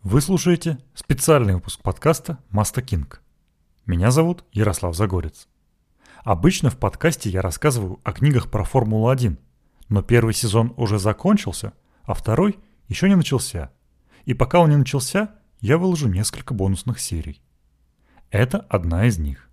Вы слушаете специальный выпуск подкаста «Маста Кинг». Меня зовут Ярослав Загорец. Обычно в подкасте я рассказываю о книгах про Формулу-1, но первый сезон уже закончился, а второй еще не начался. И пока он не начался, я выложу несколько бонусных серий. Это одна из них.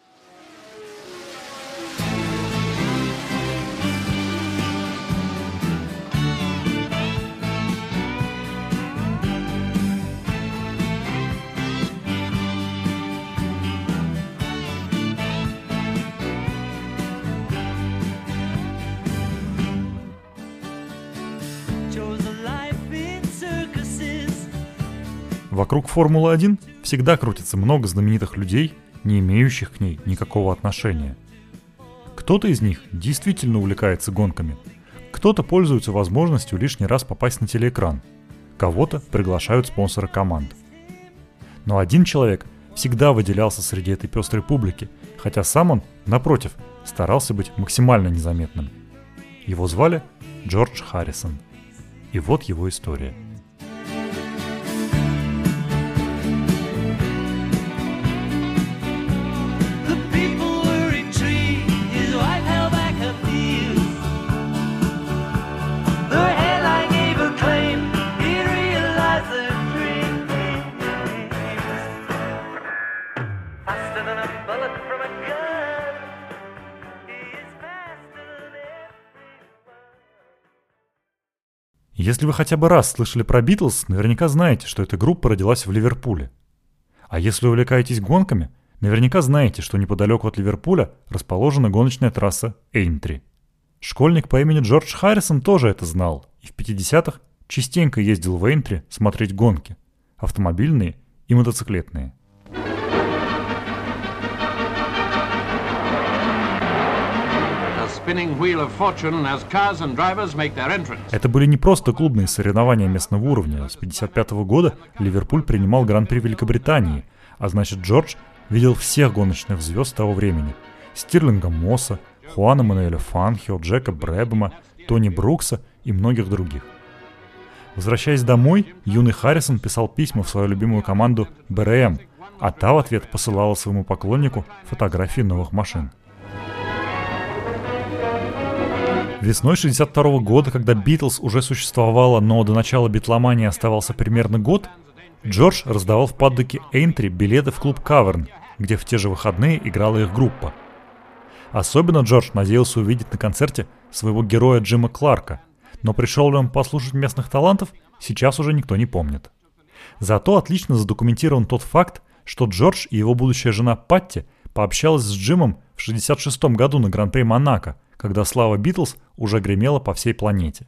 Вокруг Формулы-1 всегда крутится много знаменитых людей, не имеющих к ней никакого отношения. Кто-то из них действительно увлекается гонками, кто-то пользуется возможностью лишний раз попасть на телеэкран, кого-то приглашают спонсоры команд. Но один человек всегда выделялся среди этой пестрой публики, хотя сам он, напротив, старался быть максимально незаметным. Его звали Джордж Харрисон. И вот его история. Если вы хотя бы раз слышали про Битлз, наверняка знаете, что эта группа родилась в Ливерпуле. А если увлекаетесь гонками, наверняка знаете, что неподалеку от Ливерпуля расположена гоночная трасса Эйнтри. Школьник по имени Джордж Харрисон тоже это знал, и в 50-х частенько ездил в Эйнтри смотреть гонки – автомобильные и мотоциклетные. Это были не просто клубные соревнования местного уровня. С 1955 года Ливерпуль принимал Гран-при Великобритании, а значит Джордж видел всех гоночных звезд того времени. Стирлинга Мосса, Хуана Мануэля Фанхио, Джека Брэбхэма, Тони Брукса и многих других. Возвращаясь домой, юный Харрисон писал письма в свою любимую команду БРМ, а та в ответ посылала своему поклоннику фотографии новых машин. Весной 1962 года, когда Битлз уже существовала, но до начала битломании оставался примерно год, Джордж раздавал в паддоке Эйнтри билеты в клуб Каверн, где в те же выходные играла их группа. Особенно Джордж надеялся увидеть на концерте своего героя Джима Кларка, но пришел ли он послушать местных талантов, сейчас уже никто не помнит. Зато отлично задокументирован тот факт, что Джордж и его будущая жена Патти пообщалась с Джимом в 1966 году на Гран-при Монако, когда слава Битлз уже гремела по всей планете.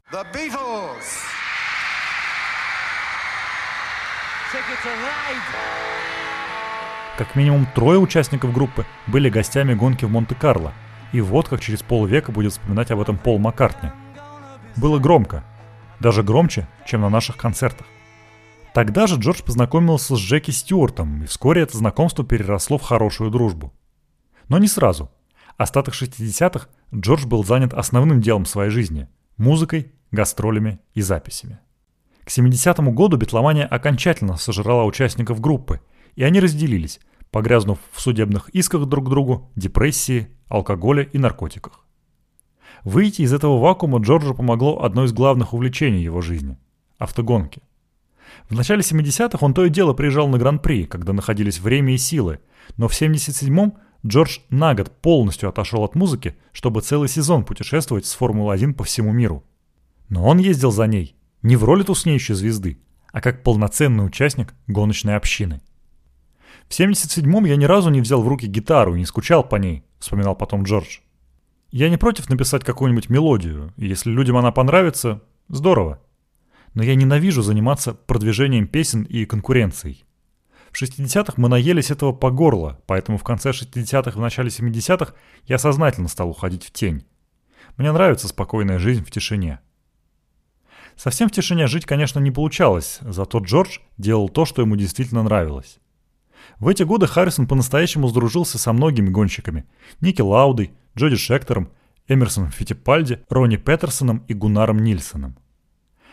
Как минимум 3 участников группы были гостями гонки в Монте-Карло, и вот как через полвека будет вспоминать об этом Пол Маккартни. Было громко, даже громче, чем на наших концертах. Тогда же Джордж познакомился с Джеки Стюартом, и вскоре это знакомство переросло в хорошую дружбу. Но не сразу. Остаток 60-х Джордж был занят основным делом своей жизни – музыкой, гастролями и записями. К 70-му году битломания окончательно сожрала участников группы, и они разделились, погрязнув в судебных исках друг к другу, депрессии, алкоголе и наркотиках. Выйти из этого вакуума Джорджу помогло одно из главных увлечений его жизни – автогонки. В начале 70-х он то и дело приезжал на Гран-при, когда находились время и силы, но в 77-м Джордж на год полностью отошел от музыки, чтобы целый сезон путешествовать с Формулой-1 по всему миру. Но он ездил за ней не в роли туснеющей звезды, а как полноценный участник гоночной общины. В 77-м я ни разу не взял в руки гитару и не скучал по ней, вспоминал потом Джордж. Я не против написать какую-нибудь мелодию, и если людям она понравится, здорово. Но я ненавижу заниматься продвижением песен и конкуренцией. В 60-х мы наелись этого по горло, поэтому в конце 60-х и в начале 70-х я сознательно стал уходить в тень. Мне нравится спокойная жизнь в тишине. Совсем в тишине жить, конечно, не получалось, зато Джордж делал то, что ему действительно нравилось. В эти годы Харрисон по-настоящему сдружился со многими гонщиками – Ники Лаудой, Джоди Шектером, Эмерсоном Фиттипальди, Ронни Петерсоном и Гуннаром Нильсоном.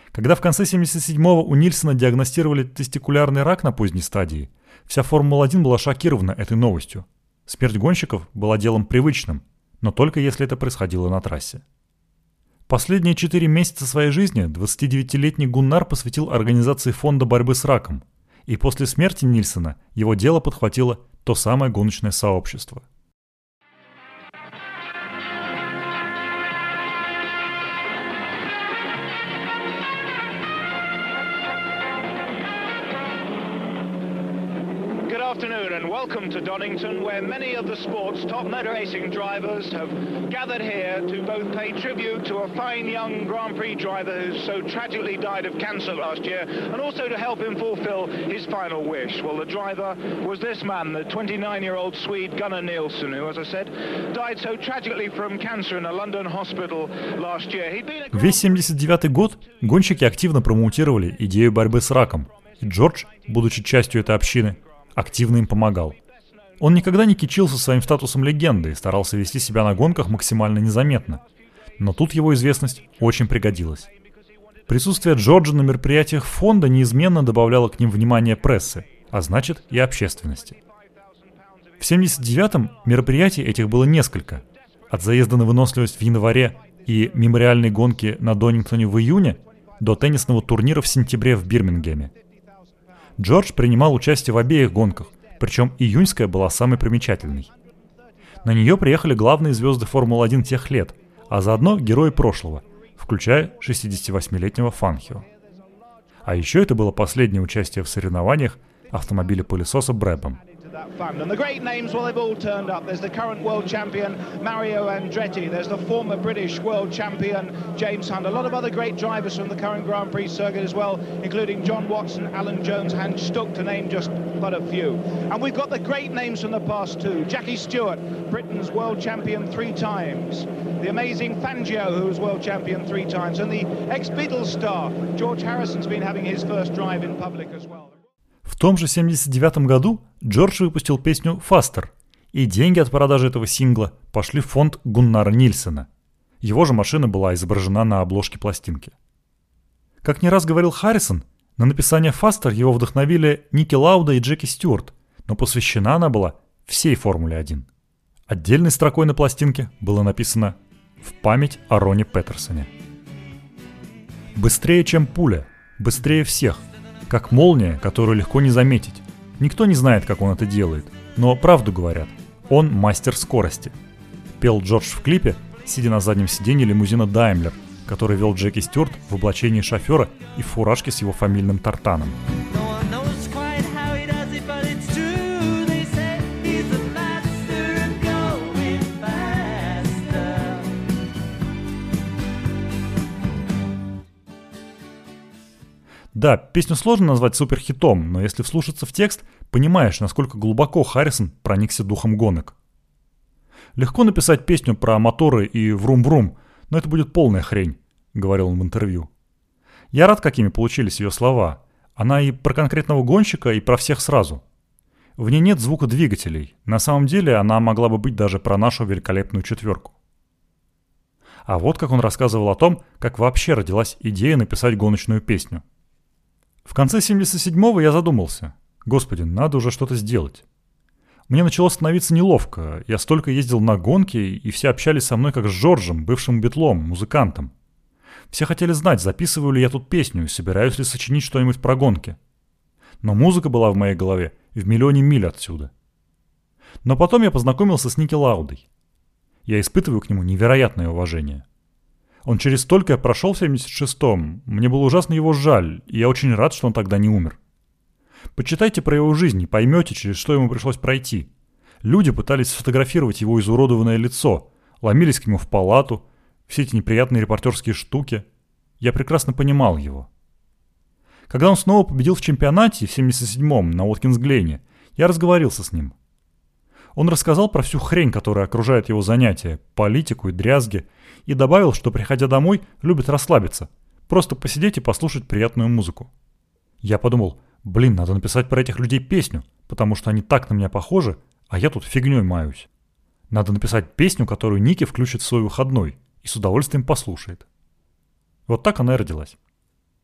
Когда в конце 77-го у Нильсона диагностировали тестикулярный рак на поздней стадии, вся Формула-1 была шокирована этой новостью. Смерть гонщиков была делом привычным, но только если это происходило на трассе. Последние 4 месяца своей жизни 29-летний Гуннар посвятил организации фонда борьбы с раком, и после смерти Нильсона его дело подхватило то самое гоночное сообщество. Good afternoon and welcome to Donington, where many of the sport's top motor racing drivers have gathered here to both pay tribute to a fine young Grand Prix driver who so tragically died of cancer last year, and also to help him fulfill his final wish. Well, the driver was this man, the 29-year-old Swede Gunnar Nilsson, who, as I said, died so tragically from cancer in a London hospital last year. Весь 79-й год гонщики активно промоутировали идею борьбы с раком, и Джордж, будучи частью этой общины, активно им помогал. Он никогда не кичился своим статусом легенды и старался вести себя на гонках максимально незаметно. Но тут его известность очень пригодилась. Присутствие Джорджа на мероприятиях фонда неизменно добавляло к ним внимание прессы, а значит и общественности. В 79-м мероприятий этих было несколько. От заезда на выносливость в январе и мемориальной гонки на Донингтоне в июне до теннисного турнира в сентябре в Бирмингеме. Джордж принимал участие в обеих гонках, причем июньская была самой примечательной. На нее приехали главные звезды Формулы-1 тех лет, а заодно герои прошлого, включая 68-летнего Фанхио. А еще это было последнее участие в соревнованиях автомобиля-пылесоса Брабham. And the great names, well, they've all turned up. There's the current world champion, Mario Andretti. There's the former British world champion, James Hunt. A lot of other great drivers from the current Grand Prix circuit as well, including John Watson, Alan Jones, Hans Stuck, to name just but a few. And we've got the great names from the past too. Jackie Stewart, Britain's world champion 3 times. The amazing Fangio, who was world champion 3 times. And the ex-Beatles star, George Harrison's been having his first drive in public as well. В том же 79 году Джордж выпустил песню «Faster», и деньги от продажи этого сингла пошли в фонд Гуннара Нильсона. Его же машина была изображена на обложке пластинки. Как не раз говорил Харрисон, на написание «Faster» его вдохновили Ники Лауда и Джеки Стюарт, но посвящена она была всей Формуле-1. Отдельной строкой на пластинке было написано «В память о Роне Петерсоне». Быстрее, чем пуля, быстрее всех. Как молния, которую легко не заметить. Никто не знает, как он это делает, но правду говорят, он мастер скорости. Пел Джордж в клипе, сидя на заднем сиденье лимузина Daimler, который вел Джеки Стюарт в облачении шофера и в фуражке с его фамильным тартаном. Да, песню сложно назвать суперхитом, но если вслушаться в текст, понимаешь, насколько глубоко Харрисон проникся духом гонок. Легко написать песню про моторы и врум-врум, но это будет полная хрень, говорил он в интервью. Я рад, какими получились ее слова. Она и про конкретного гонщика, и про всех сразу. В ней нет звука двигателей. На самом деле она могла бы быть даже про нашу великолепную четверку. А вот как он рассказывал о том, как вообще родилась идея написать гоночную песню. В конце 77-го я задумался. Господи, надо уже что-то сделать. Мне начало становиться неловко. Я столько ездил на гонки, и все общались со мной как с Джорджем, бывшим битлом, музыкантом. Все хотели знать, записываю ли я тут песню и собираюсь ли сочинить что-нибудь про гонки. Но музыка была в моей голове в миллионе миль отсюда. Но потом я познакомился с Ники Лаудой. Я испытываю к нему невероятное уважение. Он через столько прошел в 76-м, мне было ужасно его жаль, и я очень рад, что он тогда не умер. Почитайте про его жизнь и поймете, через что ему пришлось пройти. Люди пытались сфотографировать его изуродованное лицо, ломились к нему в палату, все эти неприятные репортерские штуки. Я прекрасно понимал его. Когда он снова победил в чемпионате в 77-м на Уоткинс-Глене, я разговорился с ним. Он рассказал про всю хрень, которая окружает его занятия, политику и дрязги, и добавил, что, приходя домой, любит расслабиться, просто посидеть и послушать приятную музыку. Я подумал, надо написать про этих людей песню, потому что они так на меня похожи, а я тут фигней маюсь. Надо написать песню, которую Ники включит в свой выходной и с удовольствием послушает. Вот так она и родилась.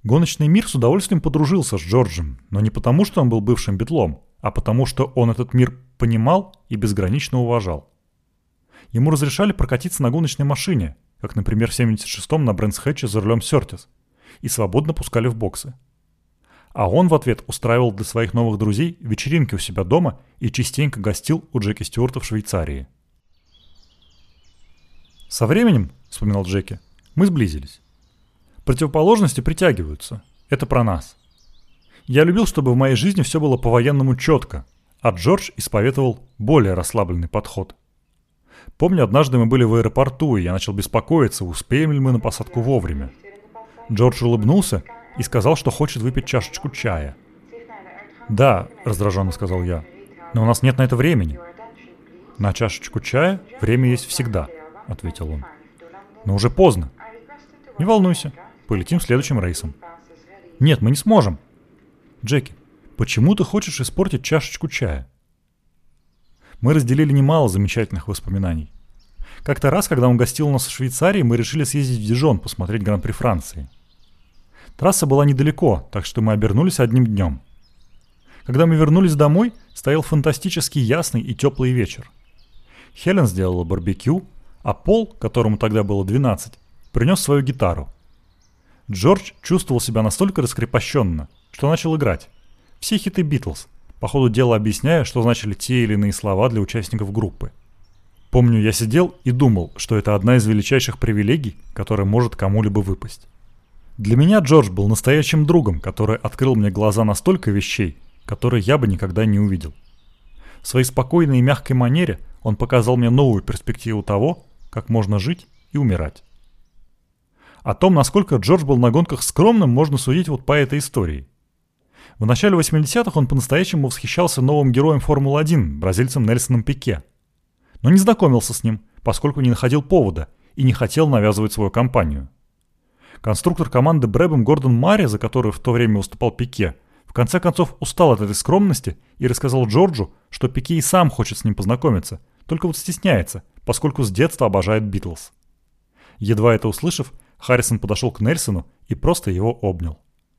Гоночный мир с удовольствием подружился с Джорджем, но не потому, что он был бывшим битлом, а потому, что он этот мир понимал и безгранично уважал. Ему разрешали прокатиться на гоночной машине, как, например, в 76-м на Брэнс Хэтче за рулем Сёртис, и свободно пускали в боксы. А он в ответ устраивал для своих новых друзей вечеринки у себя дома и частенько гостил у Джеки Стюарта в Швейцарии. «Со временем, — вспоминал Джеки, — мы сблизились. Противоположности притягиваются. Это про нас. Я любил, чтобы в моей жизни все было по-военному четко, а Джордж исповедовал более расслабленный подход. Помню, однажды мы были в аэропорту, и я начал беспокоиться, успеем ли мы на посадку вовремя. Джордж улыбнулся и сказал, что хочет выпить чашечку чая. «Да», — раздраженно сказал я, — «но у нас нет на это времени». «На чашечку чая время есть всегда», — ответил он. «Но уже поздно». «Не волнуйся, полетим следующим рейсом». «Нет, мы не сможем». «Джеки, почему ты хочешь испортить чашечку чая?» Мы разделили немало замечательных воспоминаний. Как-то раз, когда он гостил у нас в Швейцарии, мы решили съездить в Дижон посмотреть Гран-при Франции. Трасса была недалеко, так что мы обернулись одним днем. Когда мы вернулись домой, стоял фантастически ясный и теплый вечер. Хелен сделала барбекю, а Пол, которому тогда было 12, принес свою гитару. Джордж чувствовал себя настолько раскрепощенно, что начал играть. Все хиты Битлз, по ходу дела объясняя, что значили те или иные слова для участников группы. Помню, я сидел и думал, что это одна из величайших привилегий, которая может кому-либо выпасть. Для меня Джордж был настоящим другом, который открыл мне глаза на столько вещей, которые я бы никогда не увидел. В своей спокойной и мягкой манере он показал мне новую перспективу того, как можно жить и умирать. О том, насколько Джордж был на гонках скромным, можно судить вот по этой истории. В начале 80-х он по-настоящему восхищался новым героем Формулы-1, бразильцем Нельсоном Пике. Но не знакомился с ним, поскольку не находил повода и не хотел навязывать свою компанию. Конструктор команды Брэбэм Гордон Марри, за которую в то время выступал Пике, в конце концов устал от этой скромности и рассказал Джорджу, что Пике и сам хочет с ним познакомиться, только вот стесняется, поскольку с детства обожает Битлз. Едва это услышав, Харрисон подошел к Нельсону и просто его обнял.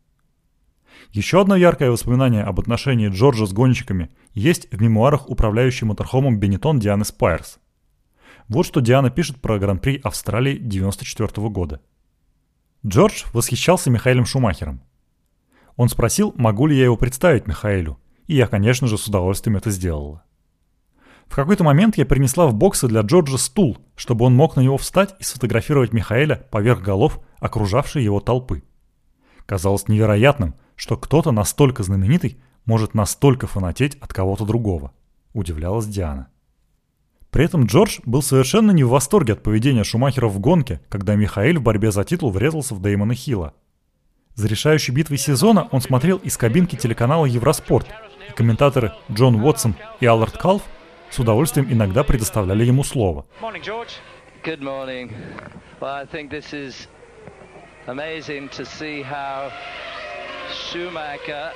Еще одно яркое воспоминание об отношении Джорджа с гонщиками есть в мемуарах управляющей моторхомом Бенетон Дианы Спайерс. Вот что Диана пишет про Гран-при Австралии 1994 года. Джордж восхищался Михаэлем Шумахером. Он спросил, могу ли я его представить Михаэлю, и я, конечно же, с удовольствием это сделала. В какой-то момент я принесла в боксы для Джорджа стул, чтобы он мог на него встать и сфотографировать Михаэля поверх голов окружавшей его толпы. Казалось невероятным, что кто-то настолько знаменитый может настолько фанатеть от кого-то другого, удивлялась Диана. При этом Джордж был совершенно не в восторге от поведения Шумахера в гонке, когда Михаэль в борьбе за титул врезался в Дэймона Хилла. За решающей битвой сезона он смотрел из кабинки телеканала Евроспорт, и комментаторы Джон Уотсон и Аллард Калф с удовольствием иногда предоставляли ему слово. Good morning. Well, I think this is amazing to see how Schumacher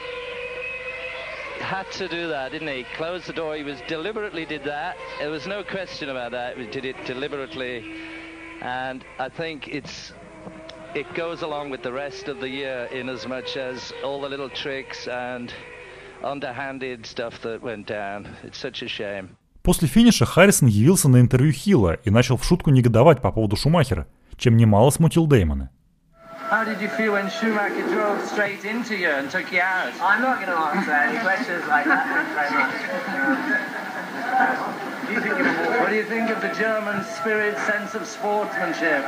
had to do that, didn't he? Close the door. He was deliberately did that. There was no question about that. He did it deliberately, and I think it goes along with the rest of the year in as much as all the little tricks and underhanded stuff that went down. It's such a shame. После финиша Харрисон явился на интервью Хилла и начал в шутку негодовать по поводу Шумахера, чем немало смутил Дэймона. How did you feel when Schumacher drove straight into you and took you out? I'm not going to answer any questions like that. Thank you very much. What do you think of the German spirit, sense of sportsmanship?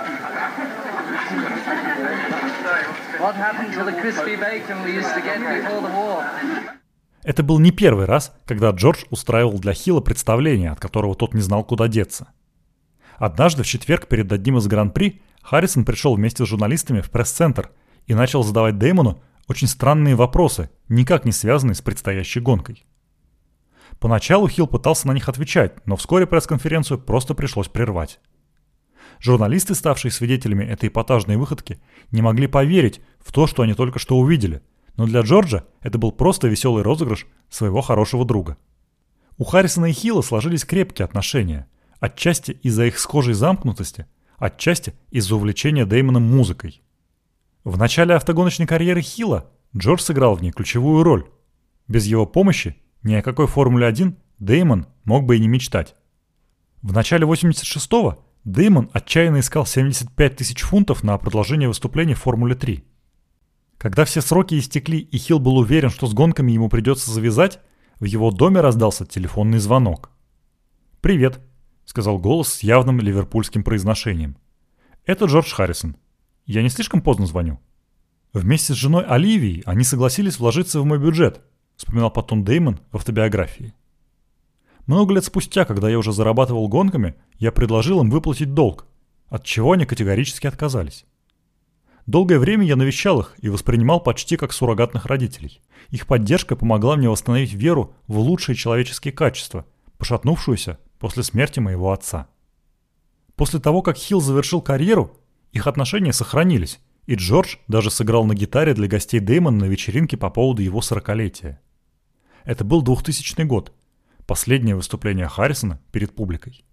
What happened to the crispy bacon we used to get before the war? Это был не первый раз, когда Джордж устраивал для Хилла представление, от которого тот не знал, куда деться. Однажды в четверг перед одним из гран-при Харрисон пришел вместе с журналистами в пресс-центр и начал задавать Дэймону очень странные вопросы, никак не связанные с предстоящей гонкой. Поначалу Хилл пытался на них отвечать, но вскоре пресс-конференцию просто пришлось прервать. Журналисты, ставшие свидетелями этой эпатажной выходки, не могли поверить в то, что они только что увидели, но для Джорджа это был просто веселый розыгрыш своего хорошего друга. У Харрисона и Хилла сложились крепкие отношения, отчасти из-за их схожей замкнутости, отчасти из-за увлечения Дэймоном музыкой. В начале автогоночной карьеры Хилла Джордж сыграл в ней ключевую роль. Без его помощи ни о какой Формуле-1 Дэймон мог бы и не мечтать. В начале 86-го Дэймон отчаянно искал 75 тысяч фунтов на продолжение выступлений в Формуле-3. Когда все сроки истекли и Хилл был уверен, что с гонками ему придется завязать, в его доме раздался телефонный звонок. «Привет», — сказал голос с явным ливерпульским произношением. «Это Джордж Харрисон. Я не слишком поздно звоню?» «Вместе с женой Оливией они согласились вложиться в мой бюджет», — вспоминал потом Дэймон в автобиографии. «Много лет спустя, когда я уже зарабатывал гонками, я предложил им выплатить долг, от чего они категорически отказались. Долгое время я навещал их и воспринимал почти как суррогатных родителей. Их поддержка помогла мне восстановить веру в лучшие человеческие качества, пошатнувшуюся после смерти моего отца. После того, как Хилл завершил карьеру, их отношения сохранились, и Джордж даже сыграл на гитаре для гостей Дэймона на вечеринке по поводу его 40-летия. Это был 2000 год, последнее выступление Харрисона перед публикой.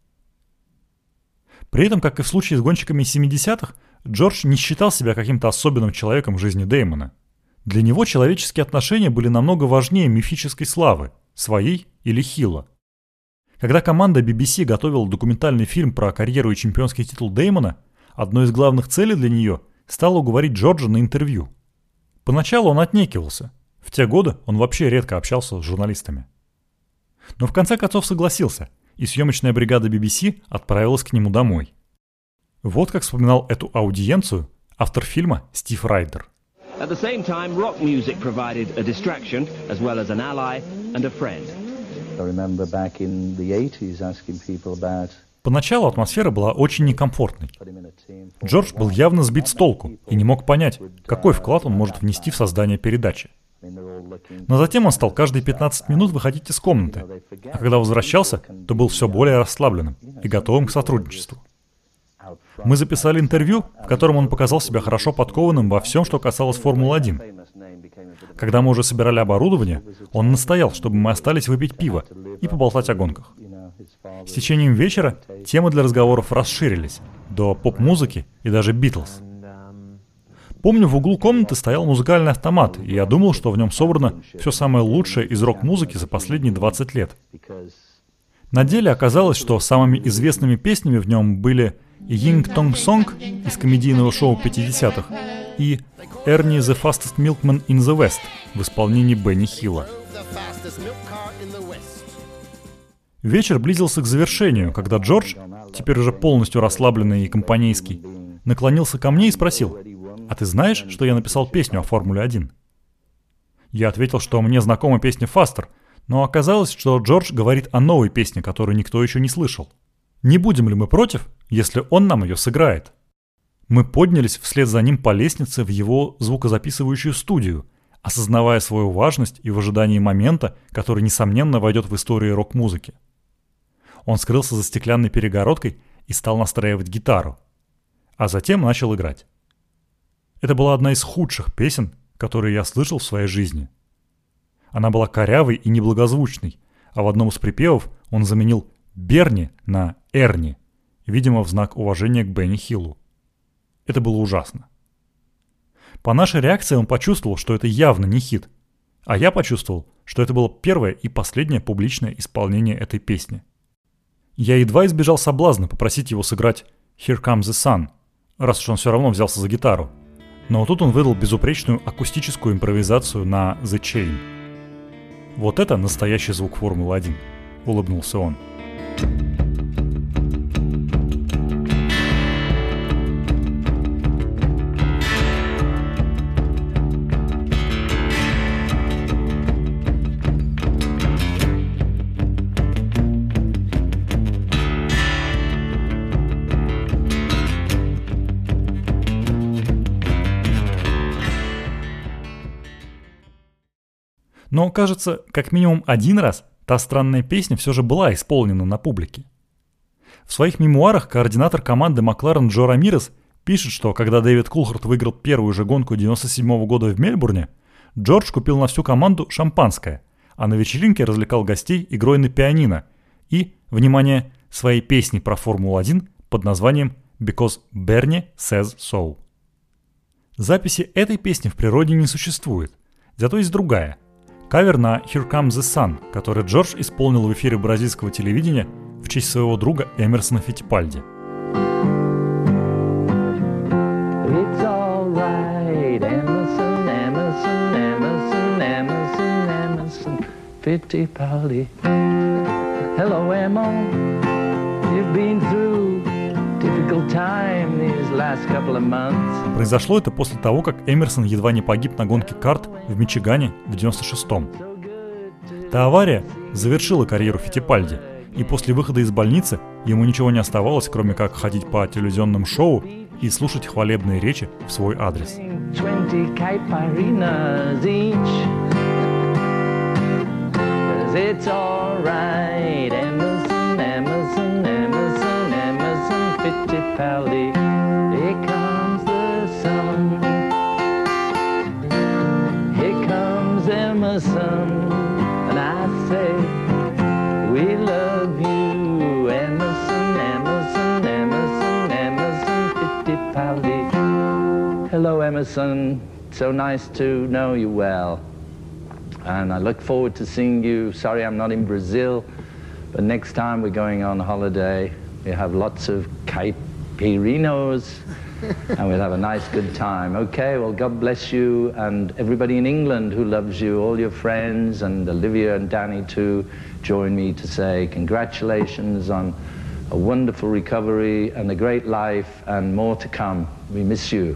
При этом, как и в случае с гонщиками 70-х, Джордж не считал себя каким-то особенным человеком в жизни Дэймона. Для него человеческие отношения были намного важнее мифической славы, своей или Хилла. Когда команда BBC готовила документальный фильм про карьеру и чемпионский титул Дэймона, одной из главных целей для нее стало уговорить Джорджа на интервью. Поначалу он отнекивался. В те годы он вообще редко общался с журналистами. Но в конце концов согласился, и съемочная бригада BBC отправилась к нему домой. Вот как вспоминал эту аудиенцию автор фильма Стив Райдер. At the same time, rock music provided a distraction as well as an ally and a friend. I remember back in the 80s asking people about. Поначалу атмосфера была очень некомфортной. Джордж был явно сбит с толку и не мог понять, какой вклад он может внести в создание передачи. Но затем он стал каждые 15 минут выходить из комнаты, а когда возвращался, то был все более расслабленным и готовым к сотрудничеству. Мы записали интервью, в котором он показал себя хорошо подкованным во всем, что касалось Формулы-1. Когда мы уже собирали оборудование, он настоял, чтобы мы остались выпить пиво и поболтать о гонках. С течением вечера темы для разговоров расширились до поп-музыки и даже Битлз. Помню, в углу комнаты стоял музыкальный автомат, и я думал, что в нем собрано все самое лучшее из рок-музыки за последние 20 лет. На деле оказалось, что самыми известными песнями в нем были «Ying Tong Song» из комедийного шоу 50-х и «Ernie the Fastest Milkman in the West» в исполнении Бенни Хилла. Вечер близился к завершению, когда Джордж, теперь уже полностью расслабленный и компанейский, наклонился ко мне и спросил: «А ты знаешь, что я написал песню о Формуле-1?» Я ответил, что мне знакома песня «Faster», но оказалось, что Джордж говорит о новой песне, которую никто еще не слышал. Не будем ли мы против, если он нам ее сыграет? Мы поднялись вслед за ним по лестнице в его звукозаписывающую студию, осознавая свою важность и в ожидании момента, который, несомненно, войдет в историю рок-музыки. Он скрылся за стеклянной перегородкой и стал настраивать гитару, а затем начал играть. Это была одна из худших песен, которые я слышал в своей жизни. Она была корявой и неблагозвучной, а в одном из припевов он заменил «Берни» на «Эрни», видимо, в знак уважения к Бенни Хиллу. Это было ужасно. По нашей реакции он почувствовал, что это явно не хит, а я почувствовал, что это было первое и последнее публичное исполнение этой песни. Я едва избежал соблазна попросить его сыграть «Here Comes the Sun», раз уж он все равно взялся за гитару. Но тут он выдал безупречную акустическую импровизацию на «The Chain». «Вот это настоящий звук Формулы-1», — улыбнулся он. Но, кажется, как минимум один раз та странная песня все же была исполнена на публике. В своих мемуарах координатор команды Макларен Джо Рамирес пишет, что когда Дэвид Кулхарт выиграл первую же гонку 1997 года в Мельбурне, Джордж купил на всю команду шампанское, а на вечеринке развлекал гостей игрой на пианино и, внимание, своей песней про Формулу-1 под названием «Because Bernie Says So». Записи этой песни в природе не существует, зато есть другая. Кавер на «Here Comes the Sun», который Джордж исполнил в эфире бразильского телевидения в честь своего друга Эмерсона Фиттипальди. It's all right, Emerson, Emerson, Emerson, Emerson, Emerson, Fittipaldi. Hello, Emma. You've been through difficult time these last couple of months. Произошло это после того, как Эмерсон едва не погиб на гонке карт в Мичигане в 96-м. Та авария завершила карьеру Фиттипальди, и после выхода из больницы ему ничего не оставалось, кроме как ходить по телевизионным шоу и слушать хвалебные речи в свой адрес. 20 caipirinhas each. 'Cause it's all right, Emerson, Emerson, Emerson, Emerson, Fittipaldi. Here comes the sun. Here comes Emerson, and I say, we love you, Emerson, Emerson, Emerson, Emerson, Fittipaldi. Hello, Emerson. So nice to know you well. And I look forward to seeing you. Sorry I'm not in Brazil, but next time we're going on holiday, we have lots of caipirinhos, and we'll have a nice good time. Okay, well, God bless you, and everybody in England who loves you, all your friends, and Olivia and Danny too, join me to say congratulations on a wonderful recovery and a great life, and more to come. We miss you.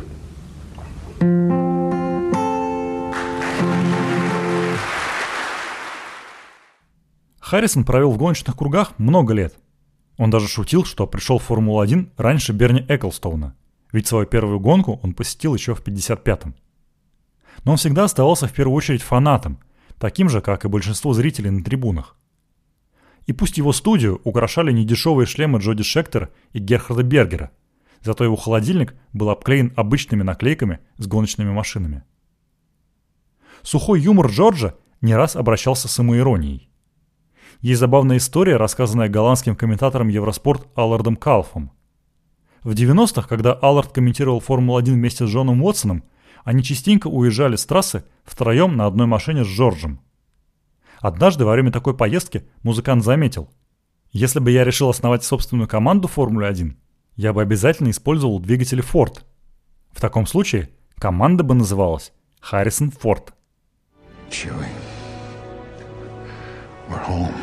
Харрисон провел в гоночных кругах много лет. Он даже шутил, что пришел в Формулу-1 раньше Берни Эклстоуна, ведь свою первую гонку он посетил еще в 55-м. Но он всегда оставался в первую очередь фанатом, таким же, как и большинство зрителей на трибунах. И пусть его студию украшали недешевые шлемы Джоди Шектера и Герхарда Бергера, зато его холодильник был обклеен обычными наклейками с гоночными машинами. Сухой юмор Джорджа не раз обращался с самоиронией. Есть забавная история, рассказанная голландским комментатором Евроспорт Аллардом Калфом. В 90-х, когда Аллард комментировал Формулу-1 вместе с Джоном Уотсоном, они частенько уезжали с трассы втроем на одной машине с Джорджем. Однажды во время такой поездки музыкант заметил: «Если бы я решил основать собственную команду в Формуле-1, я бы обязательно использовал двигатели Ford. В таком случае команда бы называлась Харрисон Форд». Chewie, we're home.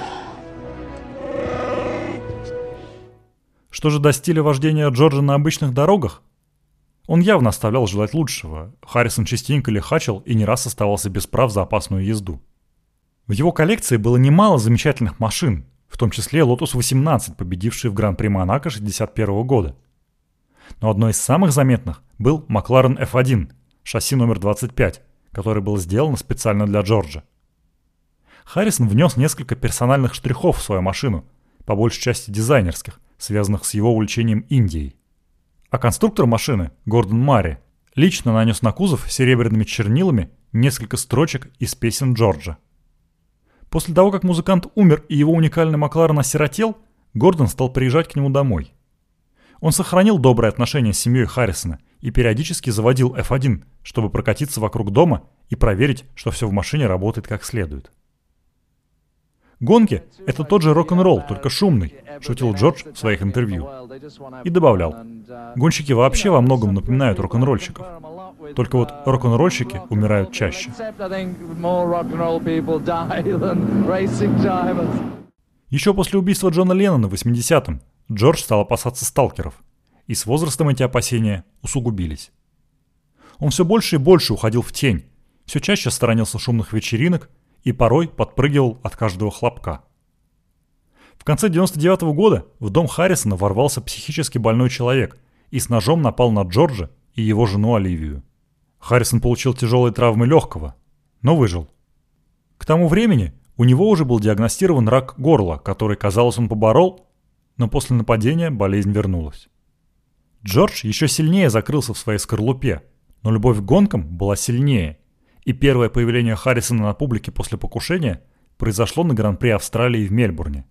Что же до стиля вождения Джорджа на обычных дорогах? Он явно оставлял желать лучшего. Харрисон частенько лихачил и не раз оставался без прав за опасную езду. В его коллекции было немало замечательных машин, в том числе Lotus 18, победивший в Гран-при Монако 1961 года. Но одной из самых заметных был McLaren F1, шасси номер 25, который был сделан специально для Джорджа. Харрисон внес несколько персональных штрихов в свою машину, по большей части дизайнерских, связанных с его увлечением Индией. А конструктор машины, Гордон Марри, лично нанес на кузов серебряными чернилами несколько строчек из песен Джорджа. После того, как музыкант умер и его уникальный Макларен осиротел, Гордон стал приезжать к нему домой. Он сохранил добрые отношения с семьей Харрисона и периодически заводил F1, чтобы прокатиться вокруг дома и проверить, что все в машине работает как следует. «Гонки — это тот же рок-н-ролл, только шумный», — шутил Джордж в своих интервью. И добавлял: «Гонщики вообще во многом напоминают рок-н-ролльщиков. Только вот рок-н-ролльщики умирают чаще». Еще после убийства Джона Леннона в 80-м Джордж стал опасаться сталкеров, и с возрастом эти опасения усугубились. Он все больше и больше уходил в тень, все чаще сторонился шумных вечеринок и порой подпрыгивал от каждого хлопка. В конце 1999 года в дом Харрисона ворвался психически больной человек и с ножом напал на Джорджа и его жену Оливию. Харрисон получил тяжелые травмы легкого, но выжил. К тому времени у него уже был диагностирован рак горла, который, казалось, он поборол, но после нападения болезнь вернулась. Джордж еще сильнее закрылся в своей скорлупе, но любовь к гонкам была сильнее, и первое появление Харрисона на публике после покушения произошло на Гран-при Австралии в Мельбурне.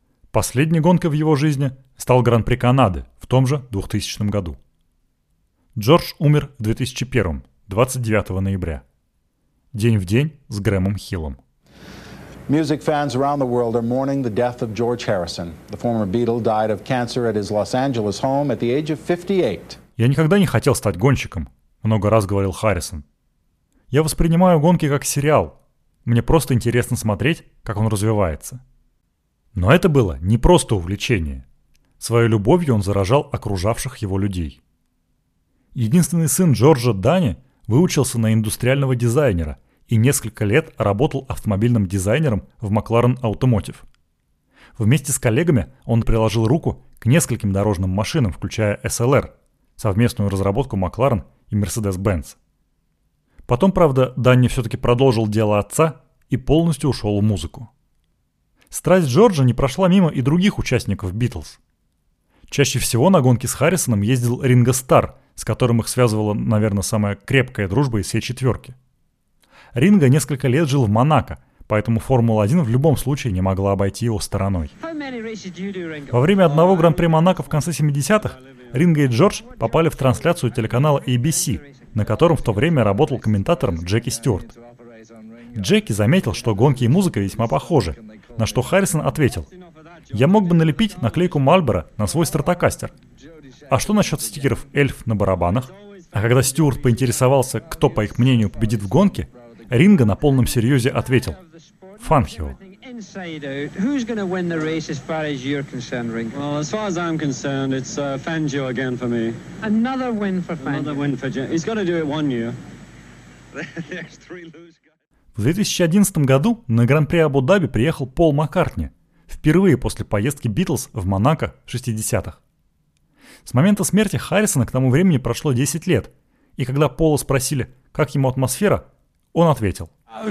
Последней гонкой в его жизни стал Гран-при Канады в том же 2000 году. Джордж умер в 2001, 29 ноября. День в день с Грэмом Хиллом. Music fans around the world are mourning the death of George Harrison. The former Beatle died of cancer at his Los Angeles home at the age of 58. «Я никогда не хотел стать гонщиком», — много раз говорил Харрисон. «Я воспринимаю гонки как сериал. Мне просто интересно смотреть, как он развивается». Но это было не просто увлечение. Своей любовью он заражал окружавших его людей. Единственный сын Джорджа, Дани, выучился на индустриального дизайнера и несколько лет работал автомобильным дизайнером в McLaren Automotive. Вместе с коллегами он приложил руку к нескольким дорожным машинам, включая SLR, совместную разработку McLaren и Mercedes-Benz. Потом, правда, Данни все-таки продолжил дело отца и полностью ушел в музыку. Страсть Джорджа не прошла мимо и других участников Битлз. Чаще всего на гонки с Харрисоном ездил Ринго Старр, с которым их связывала, наверное, самая крепкая дружба из всей четверки. Ринго несколько лет жил в Монако, поэтому Формула-1 в любом случае не могла обойти его стороной. Во время одного Гран-при Монако в конце 70-х Ринго и Джордж попали в трансляцию телеканала ABC, на котором в то время работал комментатором Джеки Стюарт. Джеки заметил, что гонки и музыка весьма похожи, на что Харрисон ответил: «Я мог бы налепить наклейку Мальборо на свой стратокастер. А что насчет стикеров эльф на барабанах?» А когда Стюарт поинтересовался, кто, по их мнению, победит в гонке, Ринго на полном серьезе ответил: «Фанхио». В 2011 году на Гран-при Абу-Даби приехал Пол Маккартни, впервые после поездки Битлз в Монако в 60-х. С момента смерти Харрисона к тому времени прошло 10 лет, и когда Пола спросили, как ему атмосфера, он ответил: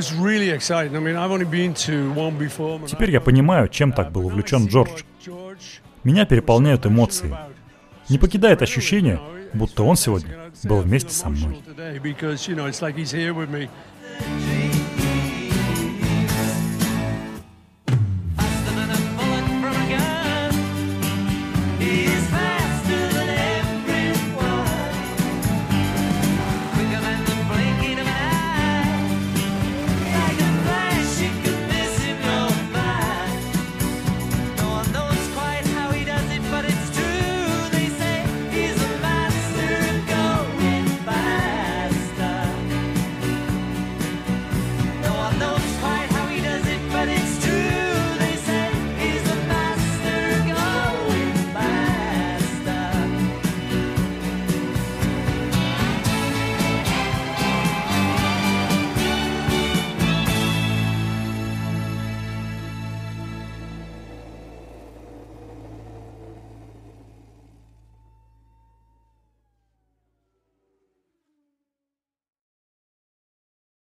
«Теперь я понимаю, чем так был увлечен Джордж. Меня переполняют эмоции. Не покидает ощущение, будто он сегодня был вместе со мной».